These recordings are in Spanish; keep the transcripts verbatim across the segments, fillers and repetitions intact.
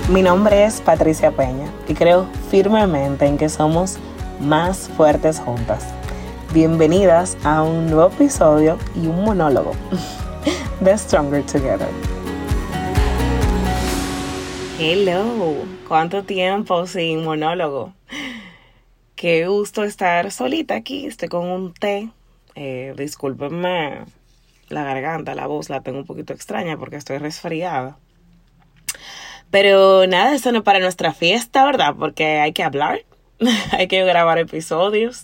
Mi nombre es Patricia Peña y creo firmemente en que somos más fuertes juntas. Bienvenidas a un nuevo episodio y un monólogo de Stronger Together. Hello, ¿cuánto tiempo sin monólogo? Qué gusto estar solita aquí, estoy con un té. Eh, discúlpenme la garganta, la voz la tengo un poquito extraña porque estoy resfriada. Pero nada, eso no es para nuestra fiesta, ¿verdad? Porque hay que hablar, hay que grabar episodios.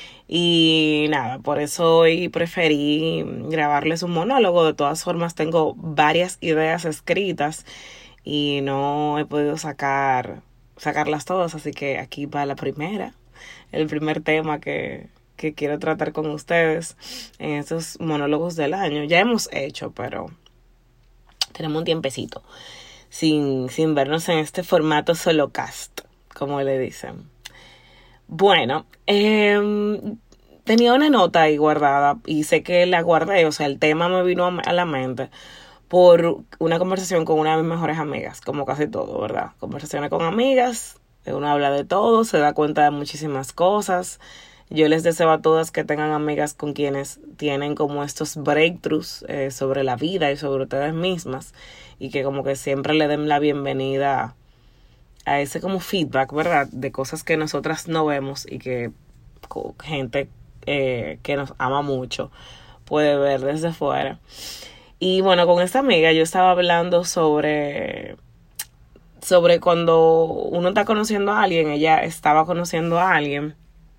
Y nada, por eso hoy preferí grabarles un monólogo. De todas formas, tengo varias ideas escritas y no he podido sacar, sacarlas todas. Así que aquí va la primera, el primer tema que, que quiero tratar con ustedes en estos monólogos del año. Ya hemos hecho, pero tenemos un tiempecito sin, sin vernos en este formato solo cast, como le dicen. Bueno, eh, tenía una nota ahí guardada y sé que la guardé, o sea, el tema me vino a la mente por una conversación con una de mis mejores amigas, como casi todo, ¿verdad? Conversaciones con amigas, uno habla de todo, se da cuenta de muchísimas cosas. Yo les deseo a todas que tengan amigas con quienes tienen como estos breakthroughs eh, sobre la vida y sobre ustedes mismas y que como que siempre le den la bienvenida a ese como feedback, ¿verdad? De cosas que nosotras no vemos y que gente eh, que nos ama mucho puede ver desde fuera. Y bueno, con esta amiga yo estaba hablando sobre, sobre cuando uno está conociendo a alguien, ella estaba conociendo a alguien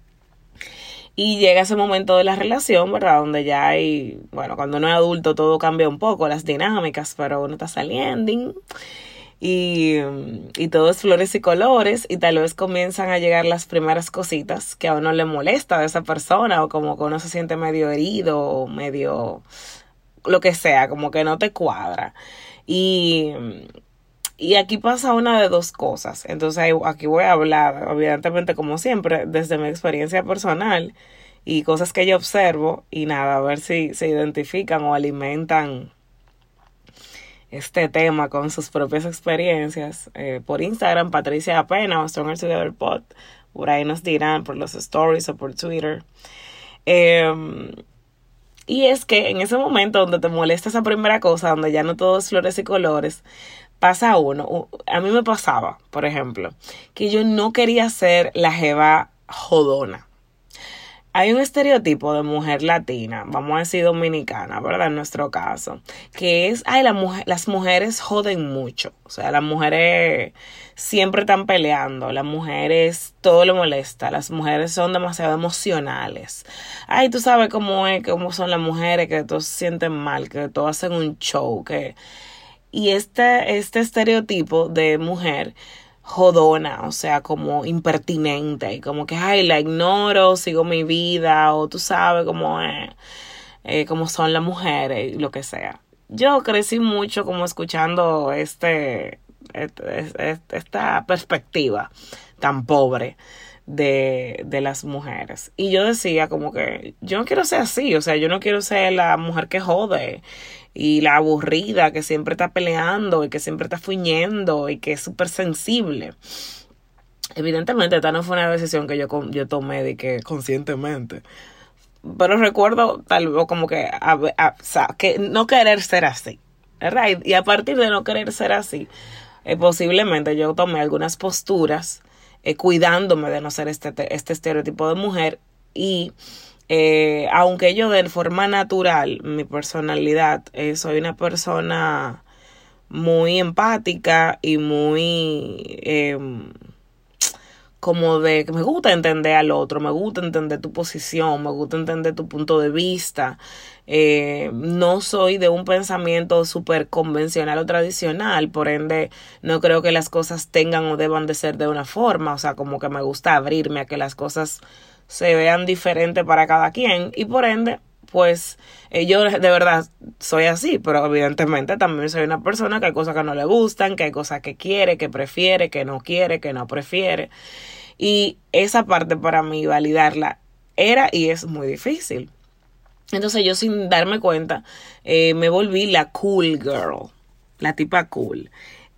y llega ese momento de la relación, ¿verdad? Donde ya hay, bueno, cuando uno es adulto todo cambia un poco, las dinámicas, pero uno está saliendo y, y todo es flores y colores y tal vez comienzan a llegar las primeras cositas que a uno le molesta de esa persona o como que uno se siente medio herido o medio lo que sea, como que no te cuadra. Y, y aquí pasa una de dos cosas. Entonces aquí voy a hablar, evidentemente como siempre, desde mi experiencia personal y cosas que yo observo y nada, a ver si se identifican o alimentan este tema con sus propias experiencias. Eh, por Instagram, Patricia Apena o Stronger Together Pod, por ahí nos dirán por los stories o por Twitter. Eh, y es que en ese momento donde te molesta esa primera cosa, donde ya no todo es flores y colores, pasa uno. A mí me pasaba, por ejemplo, que yo no quería ser la jeva jodona. Hay un estereotipo de mujer latina, vamos a decir dominicana, ¿verdad? En nuestro caso, que es, ay, la mujer, las mujeres joden mucho. O sea, las mujeres siempre están peleando, las mujeres todo le molesta, las mujeres son demasiado emocionales. Ay, tú sabes cómo es, cómo son las mujeres, que todos se sienten mal, que todos hacen un show, que... Y este, este estereotipo de mujer jodona, o sea, como impertinente, y como que, ay, la ignoro, sigo mi vida, o tú sabes cómo es, eh, cómo son las mujeres, lo que sea. Yo crecí mucho como escuchando este, este, este esta perspectiva tan pobre de, de las mujeres. Y yo decía como que yo no quiero ser así, o sea, yo no quiero ser la mujer que jode y la aburrida que siempre está peleando y que siempre está fuñendo y que es súper sensible. Evidentemente esta no fue una decisión que yo, yo tomé de que conscientemente, pero recuerdo tal vez como que, a, a, o sea, que no querer ser así, ¿verdad? Y, y a partir de no querer ser así, eh, posiblemente yo tomé algunas posturas eh, cuidándome de no ser este, este estereotipo de mujer. Y Eh, aunque yo de forma natural, mi personalidad, eh, soy una persona muy empática y muy eh, como de que me gusta entender al otro, me gusta entender tu posición, me gusta entender tu punto de vista. Eh, no soy de un pensamiento súper convencional o tradicional, por ende no creo que las cosas tengan o deban de ser de una forma, o sea, como que me gusta abrirme a que las cosas se vean diferentes para cada quien y por ende, pues eh, yo de verdad soy así, pero evidentemente también soy una persona que hay cosas que no le gustan, que hay cosas que quiere, que prefiere, que no quiere, que no prefiere. Y esa parte para mí, validarla, era y es muy difícil. Entonces yo sin darme cuenta, eh, me volví la cool girl, la tipa cool.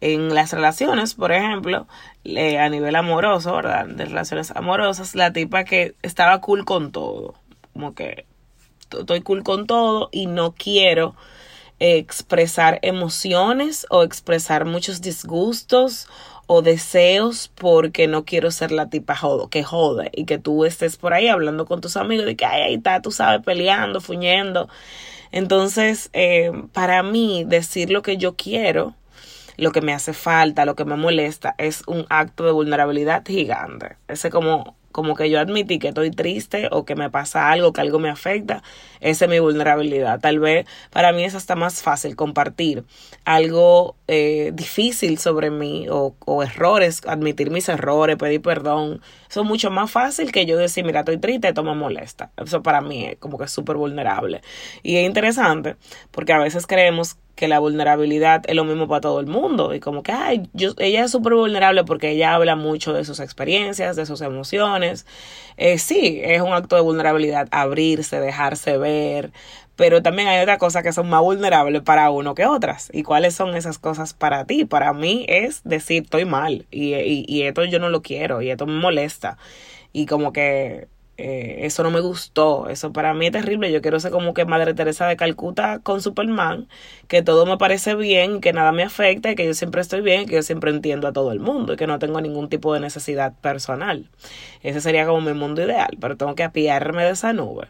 En las relaciones, por ejemplo, eh, a nivel amoroso, ¿verdad? De relaciones amorosas, la tipa que estaba cool con todo. Como que estoy cool con todo y no quiero eh, expresar emociones o expresar muchos disgustos o deseos porque no quiero ser la tipa jodo, que jode y que tú estés por ahí hablando con tus amigos de que ay, ahí está, tú sabes, peleando, fuñendo. Entonces, eh, para mí, decir lo que yo quiero, lo que me hace falta, lo que me molesta, es un acto de vulnerabilidad gigante. Ese como, como que yo admití que estoy triste o que me pasa algo, que algo me afecta, esa es mi vulnerabilidad. Tal vez para mí es hasta más fácil compartir algo eh, difícil sobre mí o, o errores, admitir mis errores, pedir perdón. Eso es mucho más fácil que yo decir, mira, estoy triste, esto me molesta. Eso para mí es como que súper vulnerable. Y es interesante porque a veces creemos que la vulnerabilidad es lo mismo para todo el mundo y como que ay, yo, ella es súper vulnerable porque ella habla mucho de sus experiencias, de sus emociones. Eh, sí, es un acto de vulnerabilidad abrirse, dejarse ver, pero también hay otras cosas que son más vulnerables para uno que otras. ¿Y cuáles son esas cosas para ti? Para mí es decir, estoy mal y, y, y esto yo no lo quiero y esto me molesta y como que Eh, eso no me gustó, eso para mí es terrible. Yo quiero ser como que Madre Teresa de Calcuta con Superman, que todo me parece bien, que nada me afecta y que yo siempre estoy bien y que yo siempre entiendo a todo el mundo y que no tengo ningún tipo de necesidad personal. Ese sería como mi mundo ideal, pero tengo que apiarme de esa nube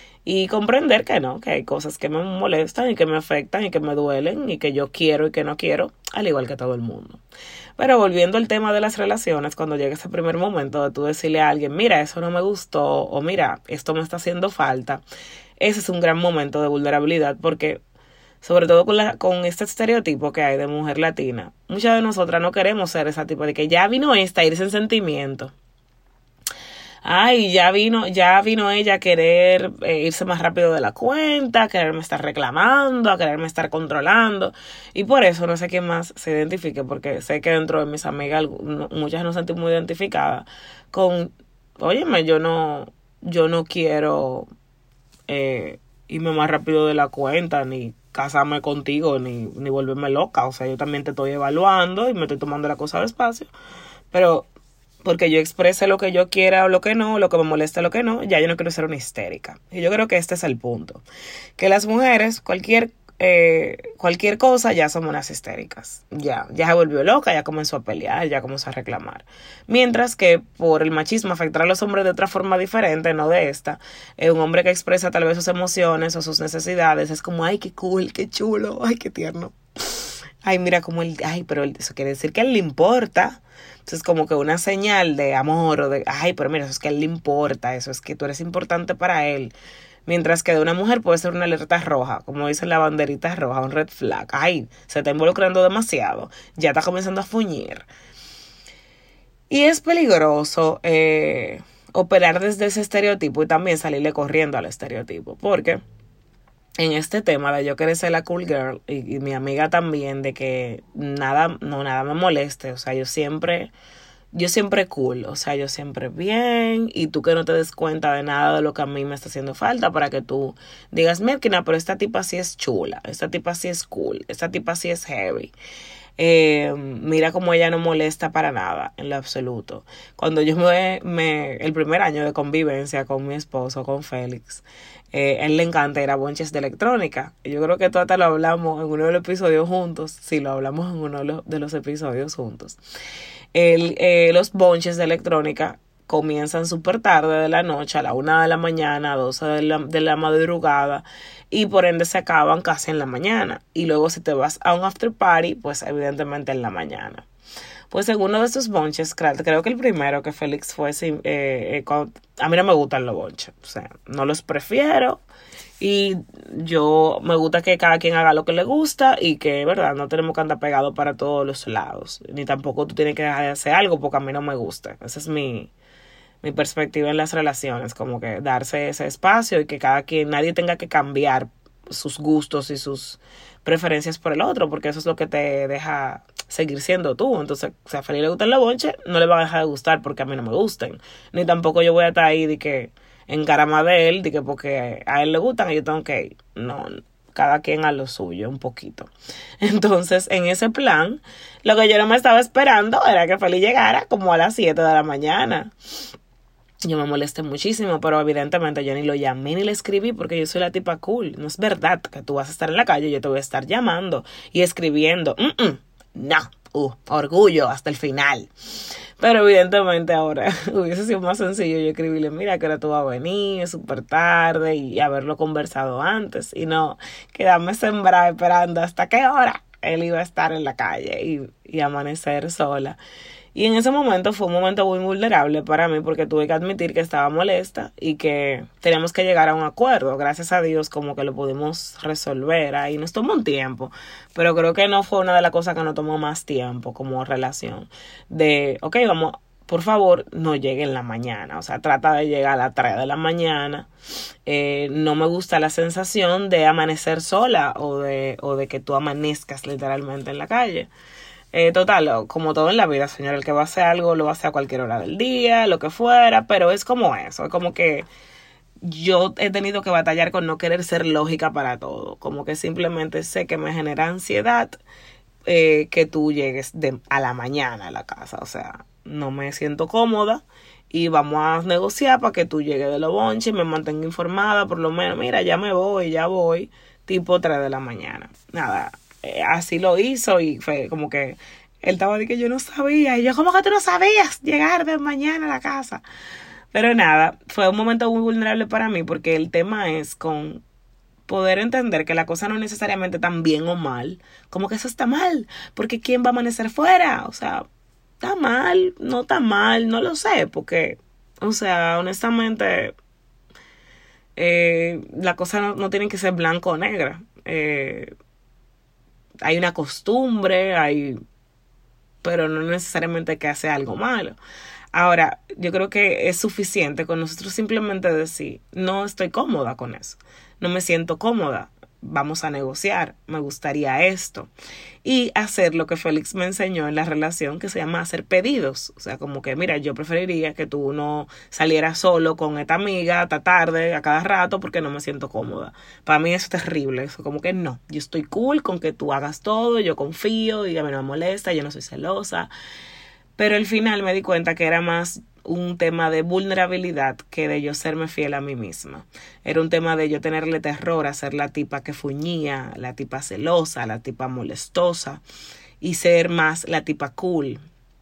y comprender que no, que hay cosas que me molestan y que me afectan y que me duelen y que yo quiero y que no quiero, al igual que todo el mundo. Pero volviendo al tema de las relaciones, cuando llega ese primer momento de tú decirle a alguien, mira, eso no me gustó, o mira, esto me está haciendo falta, ese es un gran momento de vulnerabilidad porque, sobre todo con, la, con este estereotipo que hay de mujer latina, muchas de nosotras no queremos ser esa tipo de que ya vino esta a irse en sentimiento. Ay, ya vino, ya vino ella a querer eh, irse más rápido de la cuenta, a quererme estar reclamando, a quererme estar controlando. Y por eso no sé quién más se identifique, porque sé que dentro de mis amigas muchas nos sentimos muy identificadas con, óyeme, yo no, yo no quiero eh, irme más rápido de la cuenta, ni casarme contigo, ni, ni volverme loca. O sea, yo también te estoy evaluando y me estoy tomando la cosa despacio. Pero porque yo exprese lo que yo quiera o lo que no, lo que me molesta o lo que no, ya yo no quiero ser una histérica. Y yo creo que este es el punto. Que las mujeres, cualquier eh, cualquier cosa, ya somos unas histéricas. Ya, ya se volvió loca, ya comenzó a pelear, ya comenzó a reclamar. Mientras que por el machismo afectar a los hombres de otra forma diferente, no de esta, eh, un hombre que expresa tal vez sus emociones o sus necesidades, es como, ay, qué cool, qué chulo, ay, qué tierno. Ay, mira cómo él, ay, pero eso quiere decir que a él le importa. Entonces, como que una señal de amor o de, ay, pero mira, eso es que a él le importa, eso es que tú eres importante para él. Mientras que de una mujer puede ser una alerta roja, como dice la banderita roja, un red flag. Ay, se está involucrando demasiado, ya está comenzando a fuñir. Y es peligroso eh, operar desde ese estereotipo y también salirle corriendo al estereotipo, porque en este tema de yo querer ser la cool girl y, y mi amiga también, de que nada, no, nada me moleste, o sea, yo siempre, yo siempre cool, o sea, yo siempre bien, y tú que no te des cuenta de nada de lo que a mí me está haciendo falta para que tú digas, Mirkina, pero esta tipa sí es chula, esta tipa sí es cool, esta tipa sí es heavy. Eh, mira cómo ella no molesta para nada, en lo absoluto. Cuando yo me, me el primer año de convivencia con mi esposo, con Félix, eh, él le encanta ir a bonches de electrónica. Yo creo que todo hasta lo hablamos en uno de los episodios juntos. Sí, lo hablamos en uno de los, de los episodios juntos. El, eh, los bonches de electrónica comienzan súper tarde de la noche, a la una de la mañana, a doce de la, de la madrugada, y por ende se acaban casi en la mañana. Y luego si te vas a un after party, pues evidentemente en la mañana. Pues en uno de esos bonches, creo que el primero que Félix fue, eh, eh, cuando, a mí no me gustan los bonches, o sea, no los prefiero. Y yo me gusta que cada quien haga lo que le gusta y que, verdad, no tenemos que andar pegados para todos los lados. Ni tampoco tú tienes que dejar de hacer algo porque a mí no me gusta. Esa es mi, mi perspectiva en las relaciones, como que darse ese espacio y que cada quien, nadie tenga que cambiar sus gustos y sus preferencias por el otro, porque eso es lo que te deja seguir siendo tú. Entonces, si a Felipe le gustan los bonches, no le van a dejar de gustar porque a mí no me gusten. Ni tampoco yo voy a estar ahí de que encarama de él, de que porque a él le gustan y yo tengo que ir. No, cada quien a lo suyo un poquito. Entonces, en ese plan, lo que yo no me estaba esperando era que Feli llegara como a las siete de la mañana. Yo me molesté muchísimo, pero evidentemente yo ni lo llamé ni le escribí porque yo soy la tipa cool. No es verdad que tú vas a estar en la calle, yo te voy a estar llamando y escribiendo. Mm-mm, no, uh, orgullo hasta el final. Pero evidentemente ahora hubiese sido más sencillo yo escribirle, mira que ahora tú vas a venir, es súper tarde, y haberlo conversado antes, y no quedarme sembrada esperando hasta qué hora él iba a estar en la calle y, y amanecer sola. Y en ese momento fue un momento muy vulnerable para mí porque tuve que admitir que estaba molesta y que teníamos que llegar a un acuerdo. Gracias a Dios como que lo pudimos resolver. Ahí nos tomó un tiempo, pero creo que no fue una de las cosas que nos tomó más tiempo como relación. De, ok, vamos, por favor, no llegue en la mañana. O sea, trata de llegar a las tres de la mañana. Eh, no me gusta la sensación de amanecer sola o de, o de que tú amanezcas literalmente en la calle. Eh, total, como todo en la vida, señor, el que va a hacer algo lo va a hacer a cualquier hora del día, lo que fuera, pero es como eso, es como que yo he tenido que batallar con no querer ser lógica para todo, como que simplemente sé que me genera ansiedad eh, que tú llegues de, a la mañana a la casa, o sea, no me siento cómoda y vamos a negociar para que tú llegues de los bonches y me mantenga informada, por lo menos, mira, ya me voy, ya voy, tipo tres de la mañana, nada. Así lo hizo y fue como que él estaba de que yo no sabía y yo como que tú no sabías llegar de mañana a la casa, pero nada, fue un momento muy vulnerable para mí porque el tema es con poder entender que la cosa no es necesariamente tan bien o mal, como que eso está mal, porque ¿quién va a amanecer fuera? O sea, está mal, no está mal, no lo sé, porque, o sea, honestamente eh, la cosa no, no tiene que ser blanco o negra. eh Hay una costumbre, hay, pero no necesariamente que hace algo malo. Ahora, yo creo que es suficiente con nosotros simplemente decir, no estoy cómoda con eso, no me siento cómoda, vamos a negociar, me gustaría esto. Y hacer lo que Félix me enseñó en la relación, que se llama hacer pedidos. O sea, como que, mira, yo preferiría que tú no salieras solo con esta amiga hasta tarde, a cada rato, porque no me siento cómoda. Para mí eso es terrible. Eso como que no, yo estoy cool con que tú hagas todo, yo confío y a mí no me molesta, yo no soy celosa. Pero al final me di cuenta que era más un tema de vulnerabilidad que de yo serme fiel a mí misma. Era un tema de yo tenerle terror a ser la tipa que fuñía, la tipa celosa, la tipa molestosa y ser más la tipa cool.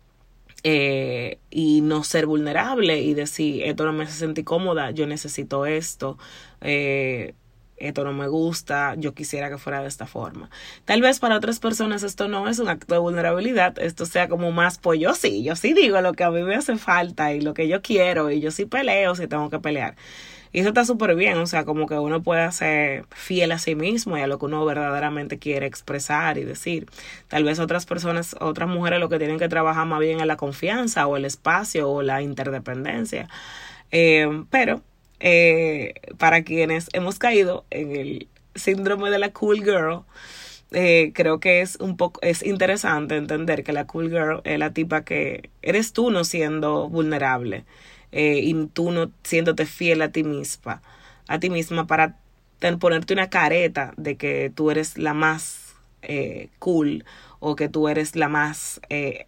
Eh, y no ser vulnerable y decir, esto no me hace sentir cómoda, yo necesito esto, eh, esto no me gusta, yo quisiera que fuera de esta forma. Tal vez para otras personas esto no es un acto de vulnerabilidad, esto sea como más, pues yo sí, yo sí digo lo que a mí me hace falta y lo que yo quiero y yo sí peleo si tengo que pelear. Y eso está súper bien, o sea, como que uno puede ser fiel a sí mismo y a lo que uno verdaderamente quiere expresar y decir. Tal vez otras personas, otras mujeres lo que tienen que trabajar más bien es la confianza o el espacio o la interdependencia. Eh, pero eh, para quienes hemos caído en el síndrome de la cool girl, eh, creo que es un poco, es interesante entender que la cool girl es la tipa que eres tú no siendo vulnerable. Eh, y tú no siéndote fiel a ti misma, a ti misma para ten, ponerte una careta de que tú eres la más eh, cool o que tú eres la más eh,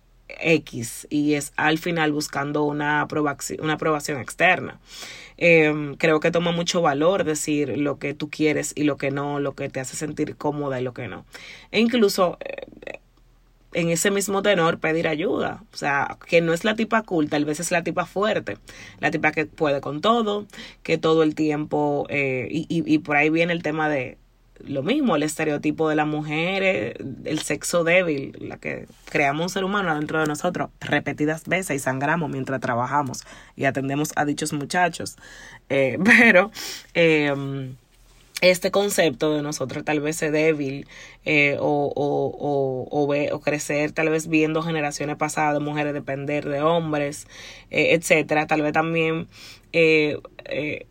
X y es al final buscando una aprobación, una aprobación externa. Eh, creo que toma mucho valor decir lo que tú quieres y lo que no, lo que te hace sentir cómoda y lo que no. E incluso eh, en ese mismo tenor pedir ayuda, o sea, que no es la tipa cool, tal vez es la tipa fuerte, la tipa que puede con todo, que todo el tiempo, eh, y, y, y por ahí viene el tema de lo mismo, el estereotipo de la mujer, eh, el sexo débil, la que creamos un ser humano dentro de nosotros repetidas veces y sangramos mientras trabajamos y atendemos a dichos muchachos, eh, pero... Eh, este concepto de nosotros tal vez ser débil eh, o, o, o, o, ve, o crecer tal vez viendo generaciones pasadas de mujeres depender de hombres, eh, etcétera, tal vez también eh, eh,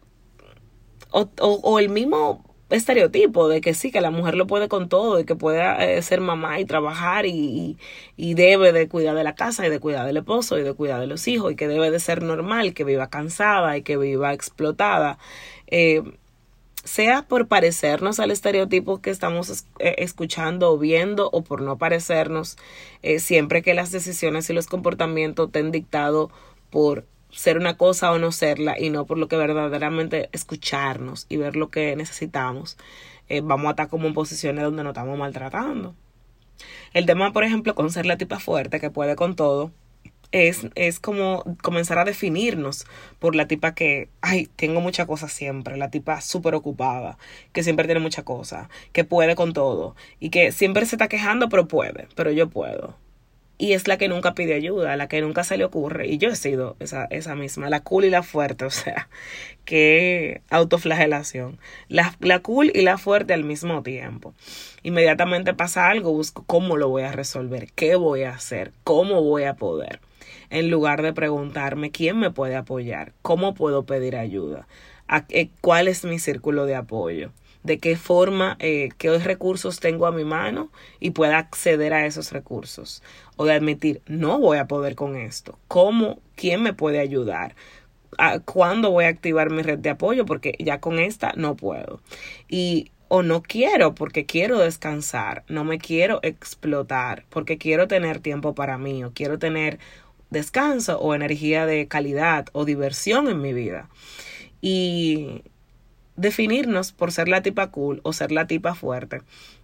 o, o, o el mismo estereotipo de que sí, que la mujer lo puede con todo y que puede eh, ser mamá y trabajar y, y, y debe de cuidar de la casa y de cuidar del esposo y de cuidar de los hijos y que debe de ser normal, que viva cansada y que viva explotada. eh, sea por parecernos al estereotipo que estamos eh, escuchando o viendo, o por no parecernos, eh, siempre que las decisiones y los comportamientos te han dictado por ser una cosa o no serla, y no por lo que verdaderamente escucharnos y ver lo que necesitamos, eh, vamos a estar como en posiciones donde nos estamos maltratando. El tema, por ejemplo, con ser la tipa fuerte que puede con todo, Es, es como comenzar a definirnos por la tipa que, ay, tengo mucha cosa siempre, la tipa súper ocupada, que siempre tiene mucha cosa, que puede con todo y que siempre se está quejando, pero puede, pero yo puedo. Y es la que nunca pide ayuda, la que nunca se le ocurre. Y yo he sido esa, esa misma, la cool y la fuerte, o sea, qué autoflagelación. La, la cool y la fuerte al mismo tiempo. Inmediatamente pasa algo, busco cómo lo voy a resolver, qué voy a hacer, cómo voy a poder. En lugar de preguntarme quién me puede apoyar, cómo puedo pedir ayuda, a, eh, cuál es mi círculo de apoyo, de qué forma, eh, qué recursos tengo a mi mano y pueda acceder a esos recursos. O de admitir, no voy a poder con esto. ¿Cómo? ¿Quién me puede ayudar? ¿A ¿Cuándo voy a activar mi red de apoyo? Porque ya con esta no puedo. Y o no quiero porque quiero descansar, no me quiero explotar, porque quiero tener tiempo para mí, o quiero tener descanso o energía de calidad o diversión en mi vida. Y definirnos por ser la tipa cool o ser la tipa fuerte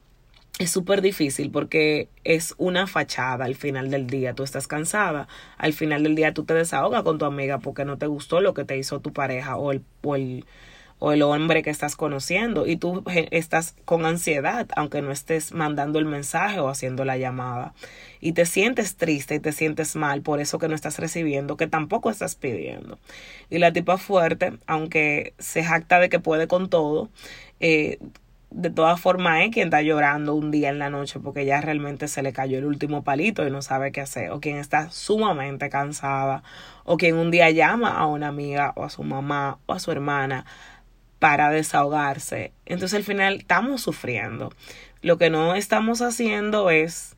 es súper difícil porque es una fachada al final del día. Tú estás cansada, al final del día tú te desahogas con tu amiga porque no te gustó lo que te hizo tu pareja o el, o el, o el hombre que estás conociendo, y tú estás con ansiedad aunque no estés mandando el mensaje o haciendo la llamada, y te sientes triste y te sientes mal por eso que no estás recibiendo, que tampoco estás pidiendo. Y la tipa fuerte, aunque se jacta de que puede con todo, eh, de todas formas es quien está llorando un día en la noche porque ya realmente se le cayó el último palito y no sabe qué hacer, o quien está sumamente cansada, o quien un día llama a una amiga o a su mamá o a su hermana para desahogarse. Entonces al final estamos sufriendo. Lo que no estamos haciendo es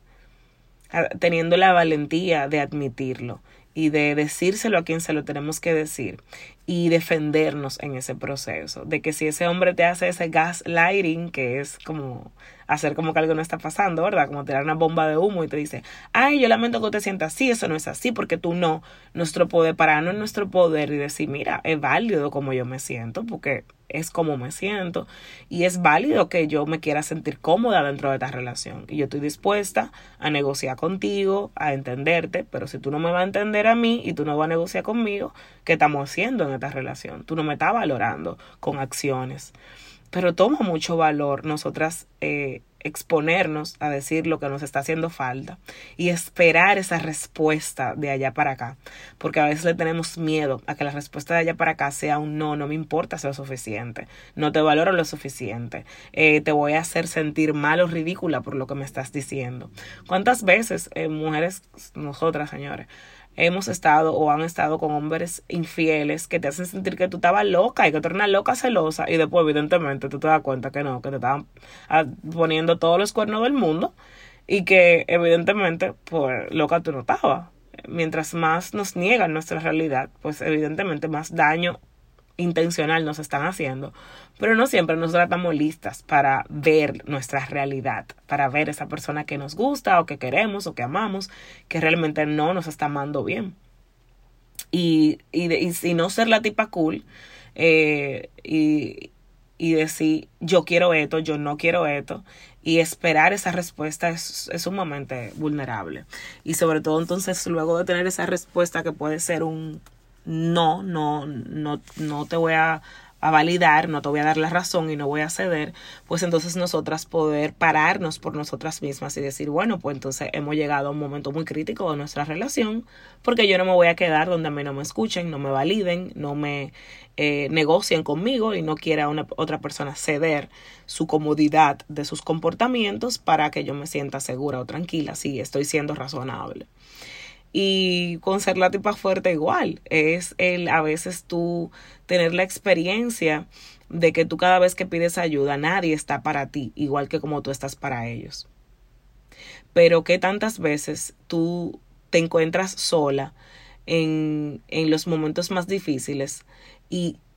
teniendo la valentía de admitirlo y de decírselo a quien se lo tenemos que decir, y defendernos en ese proceso, de que si ese hombre te hace ese gaslighting, que es como hacer como que algo no está pasando, ¿verdad? Como tirar una bomba de humo y te dice, ay, yo lamento que te sientas así, eso no es así, porque tú no. Nuestro poder, pararnos en nuestro poder y decir, mira, es válido como yo me siento, porque es como me siento, y es válido que yo me quiera sentir cómoda dentro de esta relación, y yo estoy dispuesta a negociar contigo, a entenderte, pero si tú no me vas a entender a mí y tú no vas a negociar conmigo, ¿qué estamos haciendo en esta relación? Tú no me estás valorando con acciones. Pero toma mucho valor nosotras eh, exponernos a decir lo que nos está haciendo falta y esperar esa respuesta de allá para acá, porque a veces le tenemos miedo a que la respuesta de allá para acá sea un no, no me importa ser lo suficiente, no te valoro lo suficiente, eh, te voy a hacer sentir mal o ridícula por lo que me estás diciendo. ¿Cuántas veces eh, mujeres, nosotras señores, hemos estado o han estado con hombres infieles que te hacen sentir que tú estabas loca y que tú eres una loca celosa, y después evidentemente tú te das cuenta que no, que te estaban poniendo todos los cuernos del mundo y que evidentemente pues loca tú no estabas? Mientras más nos niegan nuestra realidad, pues evidentemente más daño intencional nos están haciendo, pero no siempre nosotras estamos listas para ver nuestra realidad, para ver esa persona que nos gusta o que queremos o que amamos, que realmente no nos está amando bien. Y, y, y, y no ser la tipa cool eh, y, y decir yo quiero esto, yo no quiero esto, y esperar esa respuesta es, es sumamente vulnerable. Y sobre todo entonces luego de tener esa respuesta que puede ser un no, no, no, no te voy a, a validar, no te voy a dar la razón y no voy a ceder, pues entonces nosotras poder pararnos por nosotras mismas y decir, bueno, pues entonces hemos llegado a un momento muy crítico de nuestra relación, porque yo no me voy a quedar donde a mí no me escuchen, no me validen, no me eh, negocien conmigo, y no quiera una otra persona ceder su comodidad de sus comportamientos para que yo me sienta segura o tranquila, si estoy siendo razonable. Y con ser la tipa fuerte igual, es el a veces tú tener la experiencia de que tú cada vez que pides ayuda, nadie está para ti, igual que como tú estás para ellos. Pero que tantas veces tú te encuentras sola en, en los momentos más difíciles y,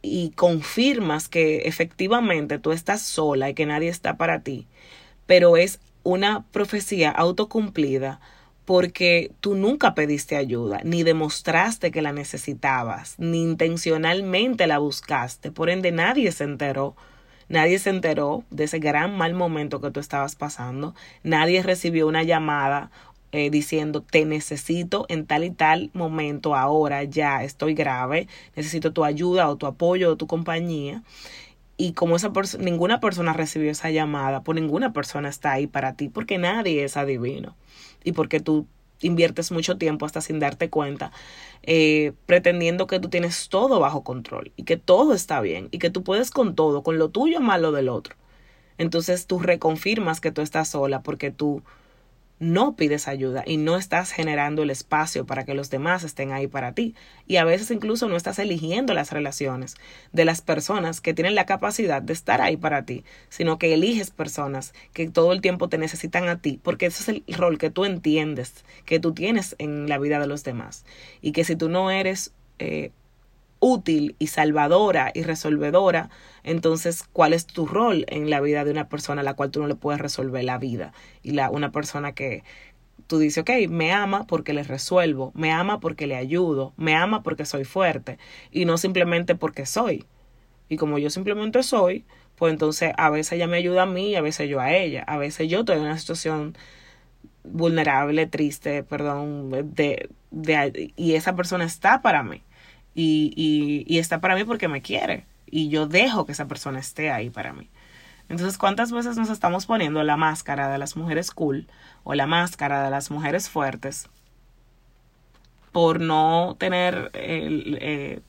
y confirmas que efectivamente tú estás sola y que nadie está para ti, pero es una profecía autocumplida porque tú nunca pediste ayuda, ni demostraste que la necesitabas, ni intencionalmente la buscaste. Por ende, nadie se enteró. Nadie se enteró de ese gran mal momento que tú estabas pasando. Nadie recibió una llamada eh, diciendo, te necesito en tal y tal momento, ahora ya estoy grave, necesito tu ayuda o tu apoyo o tu compañía. Y como esa perso- ninguna persona recibió esa llamada, pues ninguna persona está ahí para ti, porque nadie es adivino. Y porque tú inviertes mucho tiempo hasta sin darte cuenta, eh, pretendiendo que tú tienes todo bajo control y que todo está bien y que tú puedes con todo, con lo tuyo más lo del otro. Entonces tú reconfirmas que tú estás sola porque tú no pides ayuda y no estás generando el espacio para que los demás estén ahí para ti. Y a veces incluso no estás eligiendo las relaciones de las personas que tienen la capacidad de estar ahí para ti, sino que eliges personas que todo el tiempo te necesitan a ti, porque ese es el rol que tú entiendes, que tú tienes en la vida de los demás. Y que si tú no eres eh, útil y salvadora y resolvedora, entonces ¿cuál es tu rol en la vida de una persona a la cual tú no le puedes resolver la vida? Y la una persona que tú dices, ok, me ama porque le resuelvo, me ama porque le ayudo, me ama porque soy fuerte y no simplemente porque soy. Y como yo simplemente soy, pues entonces a veces ella me ayuda a mí y a veces yo a ella. A veces yo estoy en una situación vulnerable, triste, perdón, de, de, y esa persona está para mí. Y, y, y está para mí porque me quiere. Y yo dejo que esa persona esté ahí para mí. Entonces, ¿cuántas veces nos estamos poniendo la máscara de las mujeres cool o la máscara de las mujeres fuertes por no tener el, eh,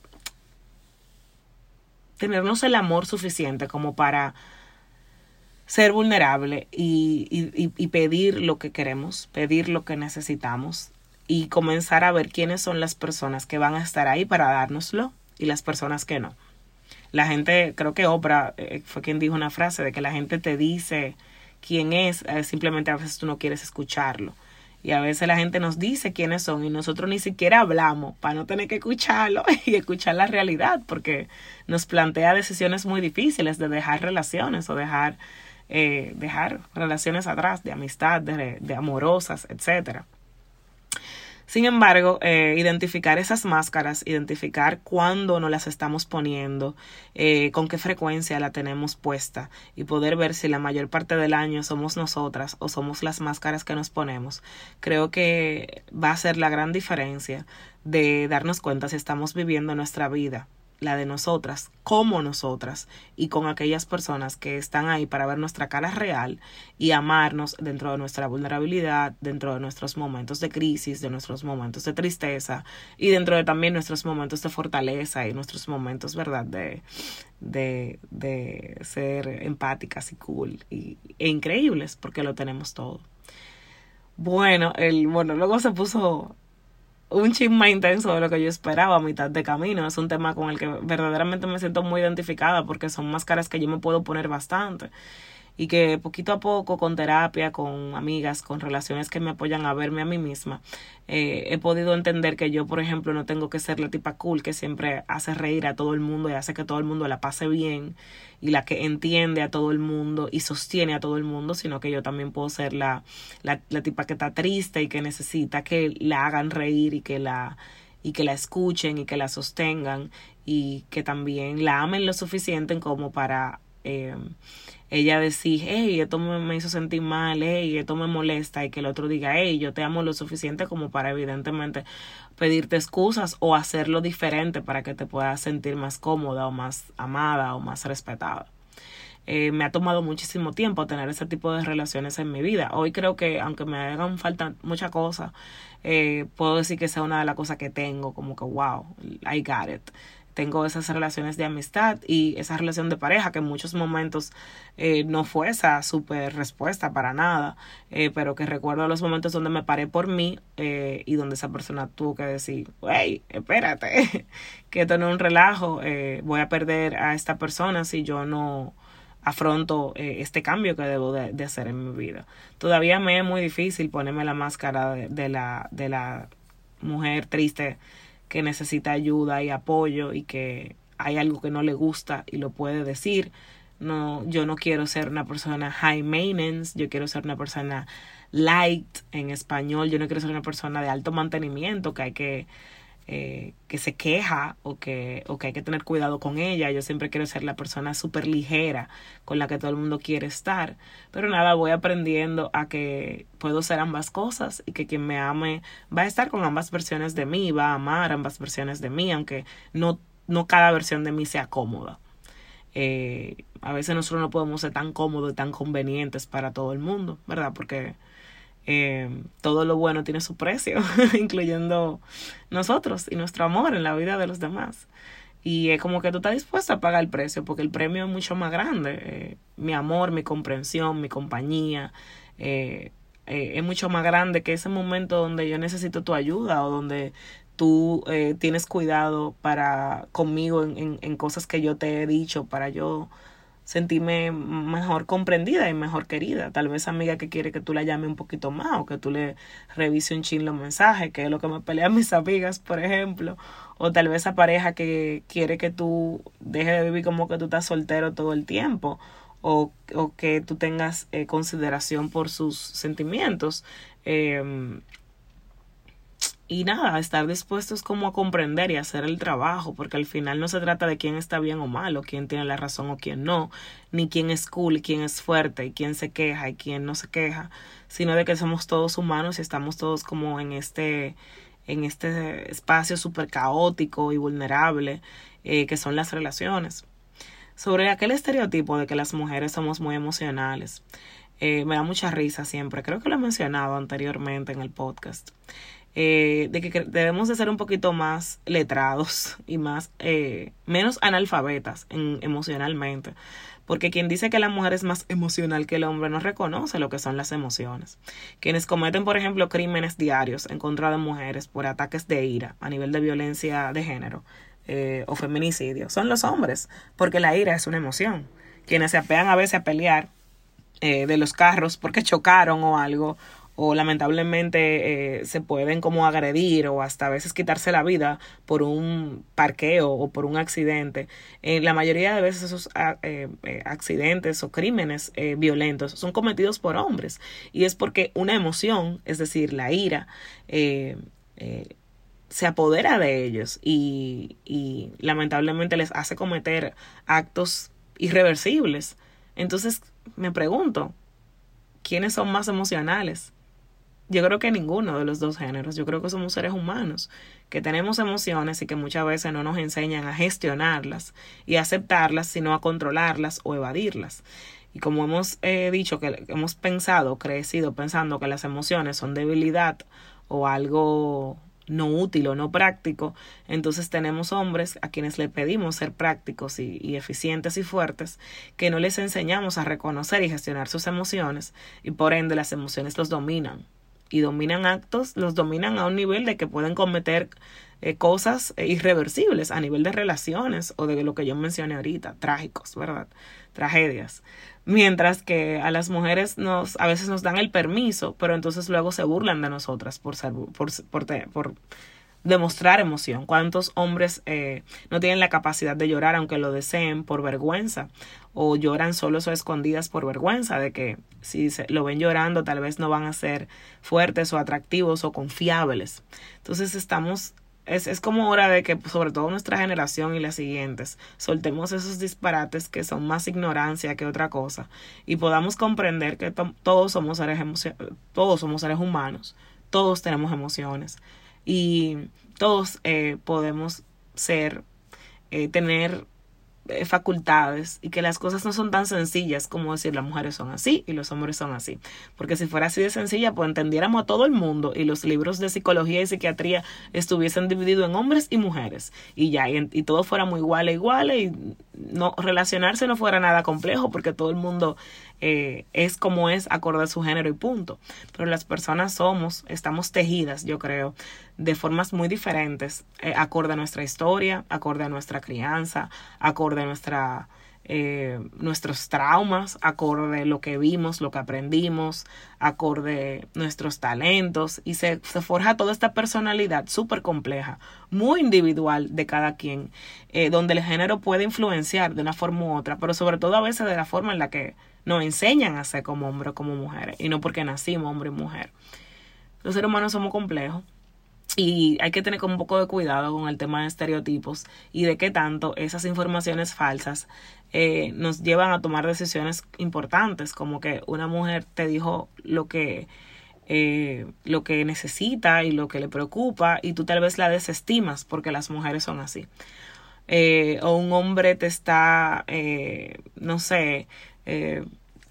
tenernos el amor suficiente como para ser vulnerable y, y, y pedir lo que queremos, pedir lo que necesitamos y comenzar a ver quiénes son las personas que van a estar ahí para dárnoslo y las personas que no. La gente, creo que Oprah eh, fue quien dijo una frase de que la gente te dice quién es, eh, simplemente a veces tú no quieres escucharlo. Y a veces la gente nos dice quiénes son y nosotros ni siquiera hablamos para no tener que escucharlo y escuchar la realidad, porque nos plantea decisiones muy difíciles de dejar relaciones o dejar, eh, dejar relaciones atrás, de amistad, de, de amorosas, etcétera. Sin embargo, eh, identificar esas máscaras, identificar cuándo nos las estamos poniendo, eh, con qué frecuencia la tenemos puesta y poder ver si la mayor parte del año somos nosotras o somos las máscaras que nos ponemos, creo que va a ser la gran diferencia de darnos cuenta si estamos viviendo nuestra vida, la de nosotras, como nosotras y con aquellas personas que están ahí para ver nuestra cara real y amarnos dentro de nuestra vulnerabilidad, dentro de nuestros momentos de crisis, de nuestros momentos de tristeza y dentro de también nuestros momentos de fortaleza y nuestros momentos, ¿verdad?, de, de, de ser empáticas y cool y, e increíbles, porque lo tenemos todo. Bueno, el, bueno, luego se puso un chin más intenso de lo que yo esperaba a mitad de camino. Es un tema con el que verdaderamente me siento muy identificada porque son máscaras que yo me puedo poner bastante y que poquito a poco, con terapia, con amigas, con relaciones que me apoyan a verme a mí misma, eh, he podido entender que yo, por ejemplo, no tengo que ser la tipa cool que siempre hace reír a todo el mundo y hace que todo el mundo la pase bien y la que entiende a todo el mundo y sostiene a todo el mundo, sino que yo también puedo ser la, la, la tipa que está triste y que necesita que la hagan reír y que la, y que la escuchen y que la sostengan y que también la amen lo suficiente como para eh, ella decir, hey, esto me, me hizo sentir mal, hey, esto me molesta, y que el otro diga, hey, yo te amo lo suficiente como para evidentemente pedirte excusas o hacerlo diferente para que te puedas sentir más cómoda o más amada o más respetada. Eh, me ha tomado muchísimo tiempo tener ese tipo de relaciones en mi vida. Hoy creo que, aunque me hagan falta muchas cosas, eh, puedo decir que esa es una de las cosas que tengo, como que wow, I got it. Tengo esas relaciones de amistad y esa relación de pareja que en muchos momentos eh, no fue esa súper respuesta para nada, eh, pero que recuerdo los momentos donde me paré por mí eh, y donde esa persona tuvo que decir, hey, espérate, que esto no es un relajo, eh, voy a perder a esta persona si yo no afronto eh, este cambio que debo de, de hacer en mi vida. Todavía me es muy difícil ponerme la máscara de, de, la, de la mujer triste que necesita ayuda y apoyo y que hay algo que no le gusta y lo puede decir. No, yo no quiero ser una persona high maintenance, yo quiero ser una persona light en español, yo no quiero ser una persona de alto mantenimiento que hay que eh, que se queja o que, o que hay que tener cuidado con ella. Yo siempre quiero ser la persona súper ligera con la que todo el mundo quiere estar. Pero nada, voy aprendiendo a que puedo ser ambas cosas y que quien me ame va a estar con ambas versiones de mí, va a amar ambas versiones de mí, aunque no, no cada versión de mí sea cómoda. Eh, a veces nosotros no podemos ser tan cómodos y tan convenientes para todo el mundo, ¿verdad? Porque eh, todo lo bueno tiene su precio, incluyendo nosotros y nuestro amor en la vida de los demás. Y es como que tú estás dispuesta a pagar el precio, porque el premio es mucho más grande. Eh, mi amor, mi comprensión, mi compañía, eh, eh, es mucho más grande que ese momento donde yo necesito tu ayuda o donde tú eh, tienes cuidado para conmigo en, en, en cosas que yo te he dicho para yo sentirme mejor comprendida y mejor querida. Tal vez amiga que quiere que tú la llames un poquito más o que tú le revise un chin los mensajes, que es lo que me pelean mis amigas, por ejemplo. O tal vez esa pareja que quiere que tú dejes de vivir como que tú estás soltero todo el tiempo. O, o que tú tengas eh, consideración por sus sentimientos. Eh, Y nada, estar dispuestos como a comprender y hacer el trabajo, porque al final no se trata de quién está bien o mal, o quién tiene la razón o quién no, ni quién es cool y quién es fuerte, y quién se queja y quién no se queja, sino de que somos todos humanos y estamos todos como en este, en este espacio súper caótico y vulnerable eh, que son las relaciones. Sobre aquel estereotipo de que las mujeres somos muy emocionales, eh, me da mucha risa siempre, creo que lo he mencionado anteriormente en el podcast. Eh, de que debemos de ser un poquito más letrados y más eh, menos analfabetas en, emocionalmente, porque quien dice que la mujer es más emocional que el hombre no reconoce lo que son las emociones. Quienes cometen, por ejemplo, crímenes diarios en contra de mujeres por ataques de ira a nivel de violencia de género eh, o feminicidio son los hombres, porque la ira es una emoción. Quienes se apean a veces a pelear eh, de los carros porque chocaron o algo, o lamentablemente eh, se pueden como agredir o hasta a veces quitarse la vida por un parqueo o por un accidente. Eh, la mayoría de veces esos eh, eh, accidentes o crímenes eh, violentos son cometidos por hombres, y es porque una emoción, es decir, la ira, eh, eh, se apodera de ellos y, y lamentablemente les hace cometer actos irreversibles. Entonces me pregunto, ¿quiénes son más emocionales? Yo creo que ninguno de los dos géneros. Yo creo que somos seres humanos que tenemos emociones y que muchas veces no nos enseñan a gestionarlas y a aceptarlas, sino a controlarlas o evadirlas. Y como hemos eh, dicho, que hemos pensado, crecido pensando que las emociones son debilidad o algo no útil o no práctico, entonces tenemos hombres a quienes le pedimos ser prácticos y, y eficientes y fuertes, que no les enseñamos a reconocer y gestionar sus emociones, y por ende las emociones los dominan. Y dominan actos, los dominan a un nivel de que pueden cometer eh, cosas eh, irreversibles a nivel de relaciones o de lo que yo mencioné ahorita, trágicos, ¿verdad? Tragedias. Mientras que a las mujeres nos a veces nos dan el permiso, pero entonces luego se burlan de nosotras por ser, por, por, por, por demostrar emoción. ¿Cuántos hombres eh, no tienen la capacidad de llorar aunque lo deseen por vergüenza? O lloran solos o escondidas por vergüenza de que si se lo ven llorando tal vez no van a ser fuertes o atractivos o confiables. Entonces estamos, es, es como hora de que sobre todo nuestra generación y las siguientes soltemos esos disparates que son más ignorancia que otra cosa y podamos comprender que to- todos somos seres emocio- todos somos seres humanos, todos tenemos emociones y todos eh, podemos ser, eh, tener facultades, y que las cosas no son tan sencillas como decir las mujeres son así y los hombres son así, porque si fuera así de sencilla pues entendiéramos a todo el mundo y los libros de psicología y psiquiatría estuviesen divididos en hombres y mujeres y ya, y, y todo fuera muy igual e igual y no relacionarse no fuera nada complejo porque todo el mundo eh, es como es acorde a su género y punto. Pero las personas somos, estamos tejidas, yo creo, de formas muy diferentes, eh, acorde a nuestra historia, acorde a nuestra crianza, acorde a nuestra eh, nuestros traumas, acorde lo que vimos, lo que aprendimos, acorde nuestros talentos, y se, se forja toda esta personalidad súper compleja, muy individual de cada quien, eh, donde el género puede influenciar de una forma u otra, pero sobre todo a veces de la forma en la que nos enseñan a ser como hombres o como mujeres, y no porque nacimos hombre y mujer. Los seres humanos somos complejos. Y hay que tener como un poco de cuidado con el tema de estereotipos y de qué tanto esas informaciones falsas eh, nos llevan a tomar decisiones importantes, como que una mujer te dijo lo que, eh, lo que necesita y lo que le preocupa, y tú tal vez la desestimas porque las mujeres son así. Eh, o un hombre te está, eh, no sé, eh,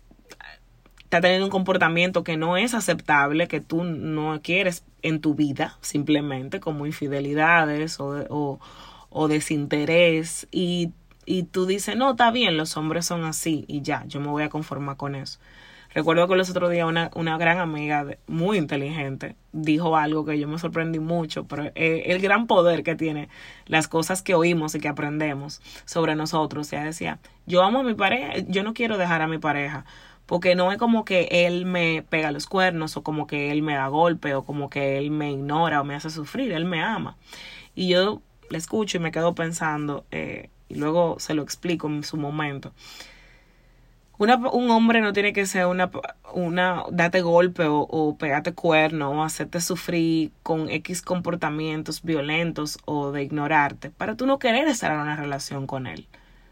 está teniendo un comportamiento que no es aceptable, que tú no quieres en tu vida, simplemente como infidelidades o, o, o desinterés, y, y tú dices, no, está bien, los hombres son así y ya, yo me voy a conformar con eso. Recuerdo que los otros días una, una gran amiga de, muy inteligente dijo algo que yo me sorprendí mucho, pero eh, el gran poder que tiene las cosas que oímos y que aprendemos sobre nosotros. Ella decía, yo amo a mi pareja, yo no quiero dejar a mi pareja, porque no es como que él me pega los cuernos, o como que él me da golpe, o como que él me ignora o me hace sufrir. Él me ama. Y yo le escucho y me quedo pensando, eh, y luego se lo explico en su momento. Una, un hombre no tiene que ser una, una date golpe o, o pegarte cuerno o hacerte sufrir con X comportamientos violentos o de ignorarte para tú no querer estar en una relación con él.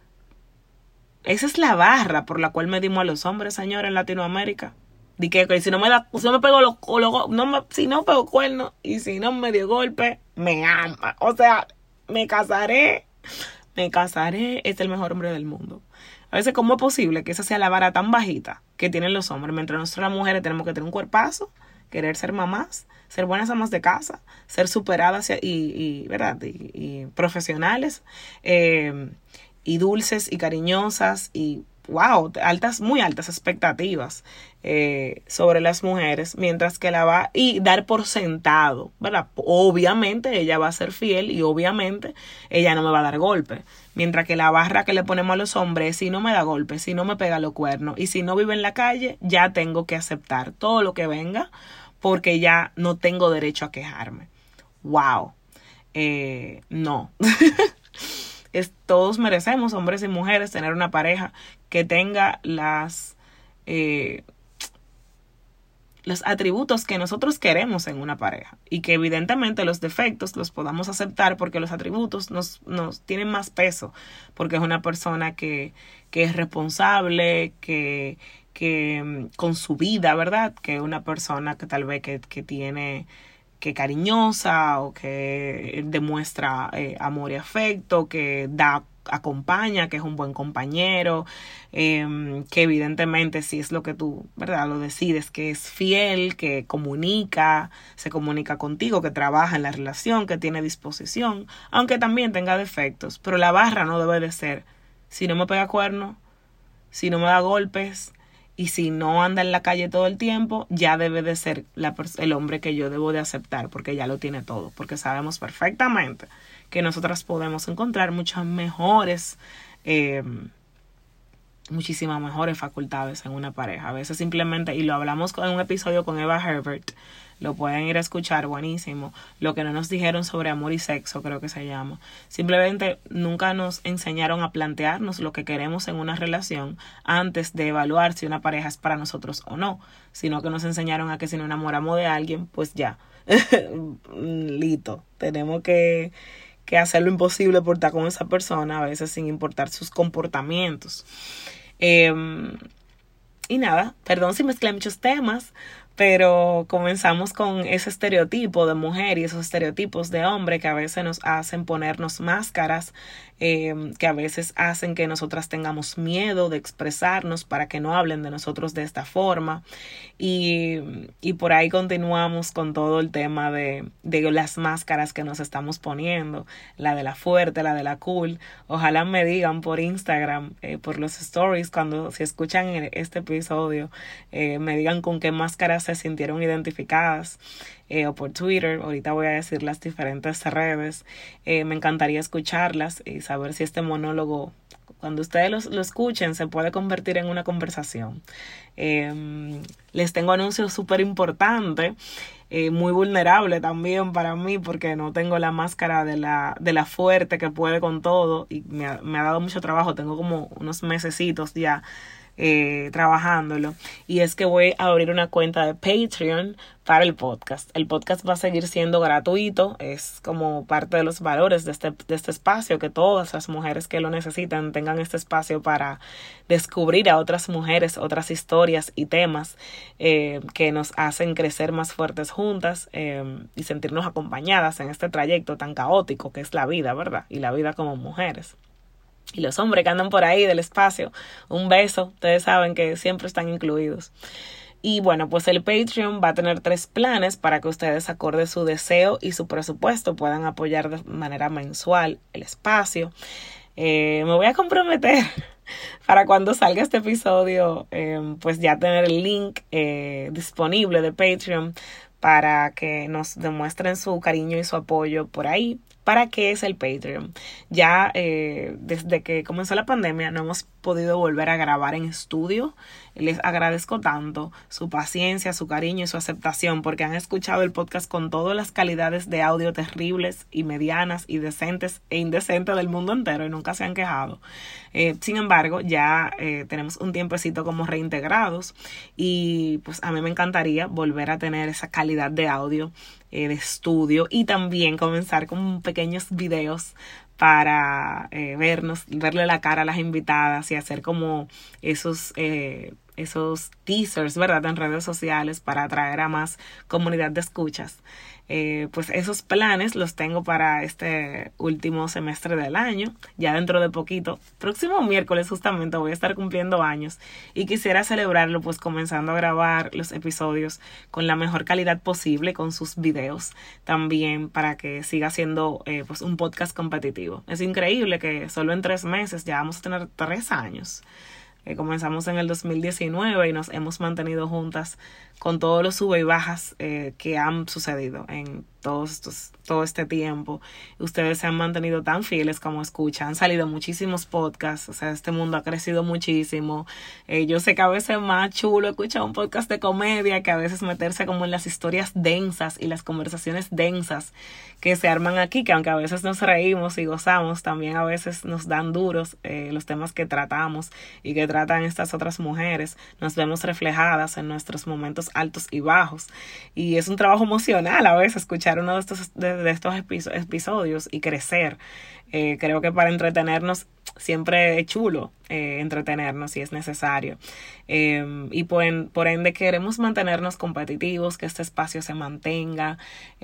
Esa es la barra por la cual medimos a los hombres, señores, en Latinoamérica. Di que, que si no me da, si no me pego los, los no me, si no pego cuernos y si no me dio golpe, me ama. O sea, me casaré, me casaré, es el mejor hombre del mundo. A veces, ¿cómo es posible que esa sea la vara tan bajita que tienen los hombres? Mientras nosotros las mujeres tenemos que tener un cuerpazo, querer ser mamás, ser buenas amas de casa, ser superadas y, y ¿verdad? Y, y profesionales, eh, y dulces y cariñosas y wow, altas, muy altas expectativas eh, sobre las mujeres, mientras que la va y dar por sentado, ¿verdad? Obviamente ella va a ser fiel y obviamente ella no me va a dar golpe, mientras que la barra que le ponemos a los hombres, si no me da golpe, si no me pega los cuernos y si no vive en la calle, ya tengo que aceptar todo lo que venga porque ya no tengo derecho a quejarme. Wow, eh, no. Es, todos merecemos, hombres y mujeres, tener una pareja que tenga las eh, los atributos que nosotros queremos en una pareja, y que evidentemente los defectos los podamos aceptar porque los atributos nos, nos tienen más peso, porque es una persona que, que es responsable, que, que con su vida, ¿verdad? Que es una persona que tal vez que, que tiene... que cariñosa o que demuestra eh, amor y afecto, que da, acompaña, que es un buen compañero, eh, que evidentemente si es lo que tú, ¿verdad? Lo decides, que es fiel, que comunica, se comunica contigo, que trabaja en la relación, que tiene disposición, aunque también tenga defectos, pero la barra no debe de ser, si no me pega cuerno, si no me da golpes, y si no anda en la calle todo el tiempo, ya debe de ser la, el hombre que yo debo de aceptar, porque ya lo tiene todo, porque sabemos perfectamente que nosotras podemos encontrar muchas mejores, eh, muchísimas mejores facultades en una pareja. A veces simplemente, y lo hablamos en un episodio con Eva Herbert, lo pueden ir a escuchar, buenísimo, lo que no nos dijeron sobre amor y sexo, creo que se llama. Simplemente nunca nos enseñaron a plantearnos lo que queremos en una relación antes de evaluar si una pareja es para nosotros o no, sino que nos enseñaron a que si nos enamoramos de alguien, pues ya, listo, tenemos que, que hacer lo imposible por estar con esa persona, a veces sin importar sus comportamientos. Eh, y nada, perdón si mezclé muchos temas, pero comenzamos con ese estereotipo de mujer y esos estereotipos de hombre que a veces nos hacen ponernos máscaras, eh, que a veces hacen que nosotras tengamos miedo de expresarnos para que no hablen de nosotros de esta forma. Y, y por ahí continuamos con todo el tema de, de las máscaras que nos estamos poniendo, la de la fuerte, la de la cool. Ojalá me digan por Instagram, eh, por los stories, cuando si escuchan este episodio, eh, me digan con qué máscaras se sintieron identificadas, eh, o por Twitter. Ahorita voy a decir las diferentes redes. Eh, me encantaría escucharlas y saber si este monólogo Cuando ustedes lo, lo escuchen, se puede convertir en una conversación. Eh, les tengo anuncios súper importantes, eh, muy vulnerable también para mí, porque no tengo la máscara de la, de la fuerte que puede con todo, y me ha, me ha dado mucho trabajo. Tengo como unos mesecitos ya Eh, trabajándolo, y es que voy a abrir una cuenta de Patreon para el podcast. El podcast va a seguir siendo gratuito, es como parte de los valores de este, de este espacio, que todas las mujeres que lo necesitan tengan este espacio para descubrir a otras mujeres, otras historias y temas eh, que nos hacen crecer más fuertes juntas eh, y sentirnos acompañadas en este trayecto tan caótico que es la vida, ¿verdad? Y la vida como mujeres. Y los hombres que andan por ahí del espacio, un beso, ustedes saben que siempre están incluidos. Y bueno, pues el Patreon va a tener tres planes para que ustedes, acorde su deseo y su presupuesto, puedan apoyar de manera mensual el espacio. Eh, me voy a comprometer para cuando salga este episodio, eh, pues ya tener el link eh, disponible de Patreon para que nos demuestren su cariño y su apoyo por ahí. ¿Para qué es el Patreon? Ya eh, desde que comenzó la pandemia no hemos podido volver a grabar en estudio. Les agradezco tanto su paciencia, su cariño y su aceptación, porque han escuchado el podcast con todas las calidades de audio terribles y medianas y decentes e indecentes del mundo entero y nunca se han quejado. Eh, sin embargo, ya eh, tenemos un tiempecito como reintegrados, y pues a mí me encantaría volver a tener esa calidad de audio eh, de estudio, y también comenzar con pequeños videos para eh, vernos, verle la cara a las invitadas y hacer como esos eh, esos teasers, ¿verdad?, en redes sociales para atraer a más comunidad de escuchas. Eh, pues esos planes los tengo para este último semestre del año, ya dentro de poquito. Próximo miércoles justamente voy a estar cumpliendo años, y quisiera celebrarlo pues comenzando a grabar los episodios con la mejor calidad posible, con sus videos también, para que siga siendo eh, pues un podcast competitivo. Es increíble que solo en tres meses ya vamos a tener tres años. Eh, comenzamos en el dos mil diecinueve y nos hemos mantenido juntas con todos los sube y bajas eh, que han sucedido en todos estos, todo este tiempo. Ustedes se han mantenido tan fieles como escuchan. Han salido muchísimos podcasts, o sea, este mundo ha crecido muchísimo. Eh, yo sé que a veces es más chulo escuchar un podcast de comedia que a veces meterse como en las historias densas y las conversaciones densas que se arman aquí, que aunque a veces nos reímos y gozamos, también a veces nos dan duros eh, los temas que tratamos y que tratan estas otras mujeres. Nos vemos reflejadas en nuestros momentos altos y bajos, y es un trabajo emocional a veces escuchar uno de estos, de, de estos episodios y crecer. Eh, creo que para entretenernos siempre es chulo eh, entretenernos si es necesario, eh, y por, en, por ende queremos mantenernos competitivos, que este espacio se mantenga,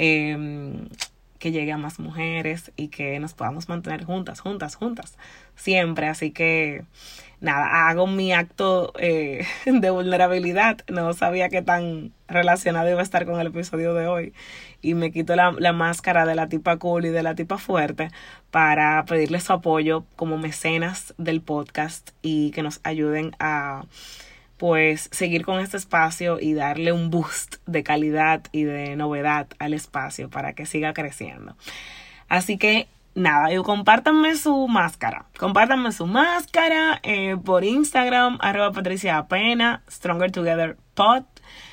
eh, que llegue a más mujeres y que nos podamos mantener juntas, juntas, juntas, siempre. Así que nada, hago mi acto eh, de vulnerabilidad. No sabía que tan relacionado iba a estar con el episodio de hoy, y me quito la, la máscara de la tipa cool y de la tipa fuerte para pedirles su apoyo como mecenas del podcast, y que nos ayuden a pues seguir con este espacio y darle un boost de calidad y de novedad al espacio para que siga creciendo. Así que nada, y compártanme su máscara. Compártanme su máscara eh, por Instagram, arroba Patricia Apena, Stronger Together Pod,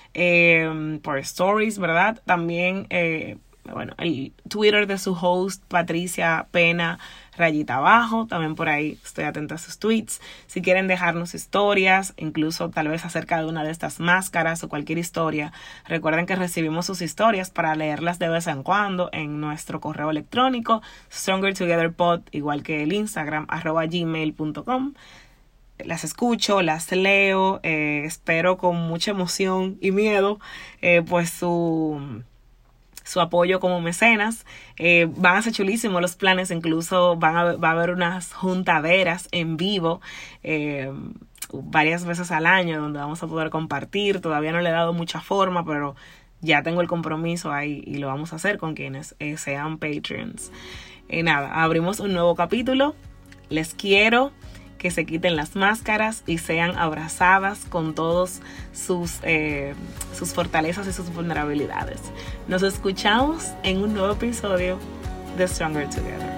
eh, por stories, ¿verdad? También, eh, bueno, el Twitter de su host, Patricia Pena, rayita abajo. También por ahí estoy atenta a sus tweets. Si quieren dejarnos historias, incluso tal vez acerca de una de estas máscaras o cualquier historia, recuerden que recibimos sus historias para leerlas de vez en cuando en nuestro correo electrónico strongertogetherpod, igual que el Instagram, arroba gmail punto com. Las escucho, las leo, eh, espero con mucha emoción y miedo eh, pues su... su apoyo como mecenas. Eh, van a ser chulísimos los planes, incluso van a, va a haber unas juntaderas en vivo eh, varias veces al año donde vamos a poder compartir. Todavía no le he dado mucha forma, pero ya tengo el compromiso ahí y lo vamos a hacer con quienes eh, sean Patreons. Y eh, nada, abrimos un nuevo capítulo. Les quiero. Que se quiten las máscaras y sean abrazadas con todos sus, eh, sus fortalezas y sus vulnerabilidades. Nos escuchamos en un nuevo episodio de Stronger Together.